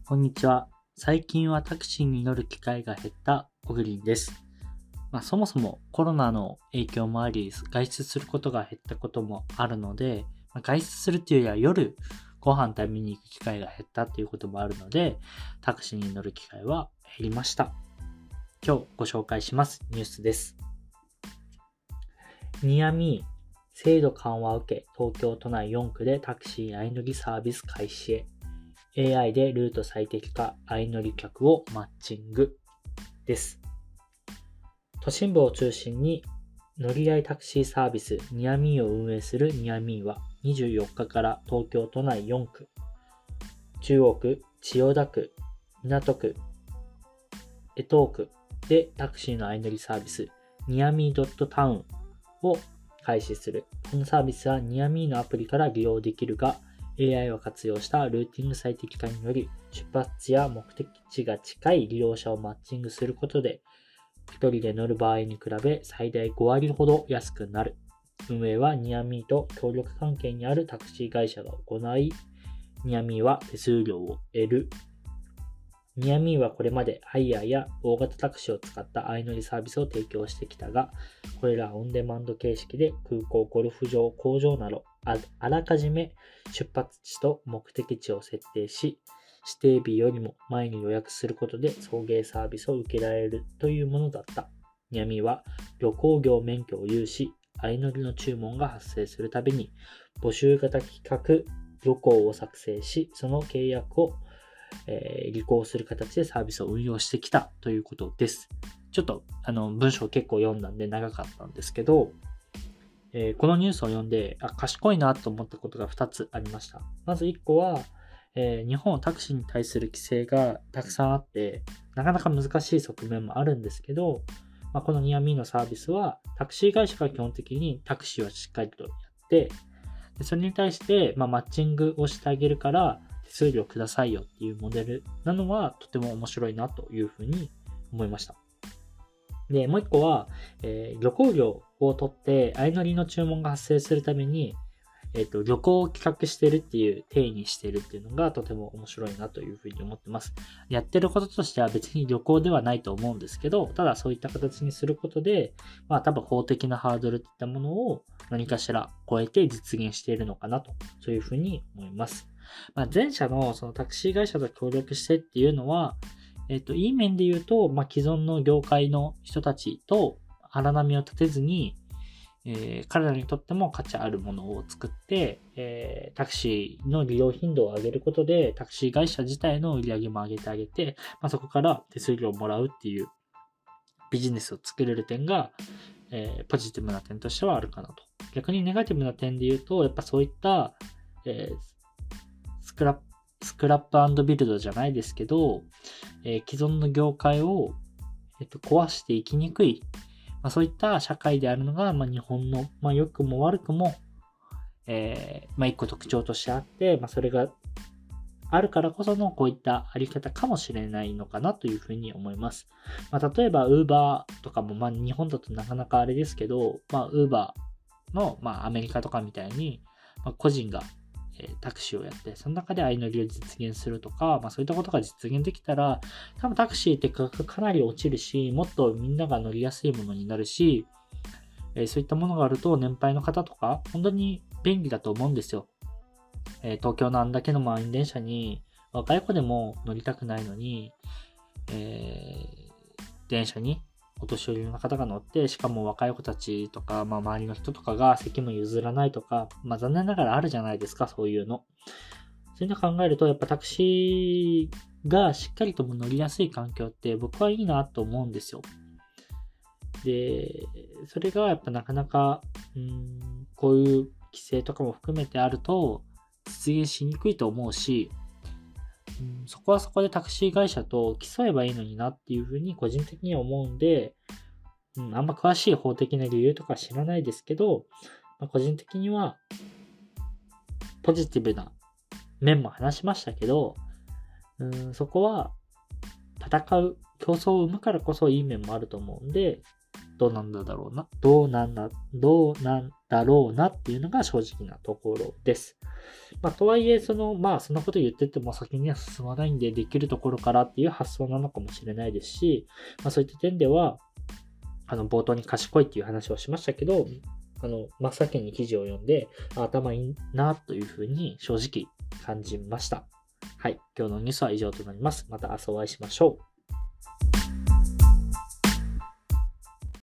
こんにちは。最近はタクシーに乗る機会が減ったオグリンです。そもそもコロナの影響もあり、外出することが減ったこともあるので、外出するっていうよりは夜ご飯食べに行く機会が減ったっていうこともあるので、タクシーに乗る機会は減りました。今日ご紹介しますニュースです。ニアミー制度緩和を受け、東京都内4区でタクシー相乗りサービス開始へ。AI でルート最適化、相乗り客をマッチングです。都心部を中心に乗り合いタクシーサービスニアミーを運営するニアミーは24日から東京都内4区、中央区、千代田区、港区、江東区でタクシーの相乗りサービスニアミー.townを開始する。このサービスはニアミーのアプリから利用できるが、AI を活用したルーティング最適化により、出発地や目的地が近い利用者をマッチングすることで、一人で乗る場合に比べ最大5割ほど安くなる。運営はニアミーと協力関係にあるタクシー会社が行い、ニアミーは手数料を得る。ニアミーはこれまでハイヤーや大型タクシーを使った相乗りサービスを提供してきたが、これらオンデマンド形式で空港、ゴルフ場、工場などあらかじめ出発地と目的地を設定し、指定日よりも前に予約することで送迎サービスを受けられるというものだった。ニアミーは旅行業免許を有し、相乗りの注文が発生するたびに募集型企画旅行を作成し、その契約を履行する形でサービスを運用してきたということです。ちょっと文章を結構読んだんで長かったんですけど、このニュースを読んで賢いなと思ったことが2つありました。まず1個は、日本タクシーに対する規制がたくさんあってなかなか難しい側面もあるんですけど、このニアミーのサービスはタクシー会社が基本的にタクシーをしっかりとやってそれに対して、マッチングをしてあげるから手数料くださいよっていうモデルなのはとても面白いなというふうに思いました。で、もう一個は、旅行業を取って相乗りの注文が発生するために、旅行を企画してるっていう体にしてるっていうのがとても面白いなというふうに思ってます。やってることとしては別に旅行ではないと思うんですけど、ただそういった形にすることで、多分法的なハードルっていったものを何かしら超えて実現しているのかなと、そういうふうに思います。前者のそのタクシー会社と協力してっていうのは、いい面で言うと、既存の業界の人たちと荒波を立てずに、彼らにとっても価値あるものを作って、タクシーの利用頻度を上げることで、タクシー会社自体の売り上げも上げてあげて、そこから手数料をもらうっていうビジネスを作れる点が、ポジティブな点としてはあるかなと。逆にネガティブな点で言うと、やっぱそういった、スクラップ&ビルドじゃないですけど、既存の業界を、壊していきにくい、そういった社会であるのが、日本の、良くも悪くも、一個特徴としてあって、それがあるからこそのこういったあり方かもしれないのかなというふうに思います。例えば Uber とかも、日本だとなかなかあれですけど、Uber の、アメリカとかみたいに、個人がタクシーをやって、その中で相乗りを実現するとか、そういったことが実現できたら、多分タクシーって価格かなり落ちるし、もっとみんなが乗りやすいものになるし、そういったものがあると年配の方とか、本当に便利だと思うんですよ。東京のあんだけの満員電車に、若い子でも乗りたくないのに、電車にお年寄りの方が乗って、しかも若い子たちとか、周りの人とかが席も譲らないとか、残念ながらあるじゃないですか、そういうの。そういうのを考えると、やっぱタクシーがしっかりとも乗りやすい環境って僕はいいなと思うんですよ。で、それがやっぱなかなか、こういう規制とかも含めてあると、実現しにくいと思うし、そこはそこでタクシー会社と競えばいいのになっていうふうに個人的には思うんで、あんま詳しい法的な理由とか知らないですけど、個人的にはポジティブな面も話しましたけど、そこは戦う競争を生むからこそいい面もあると思うんで、どうなんだろうなっていうのが正直なところです。とはいえ、そんなこと言ってても先には進まないんで、できるところからっていう発想なのかもしれないですし、そういった点では、冒頭に賢いっていう話をしましたけど、真っ先に記事を読んで、頭いいなというふうに正直感じました。はい。今日のニュースは以上となります。また明日お会いしましょう。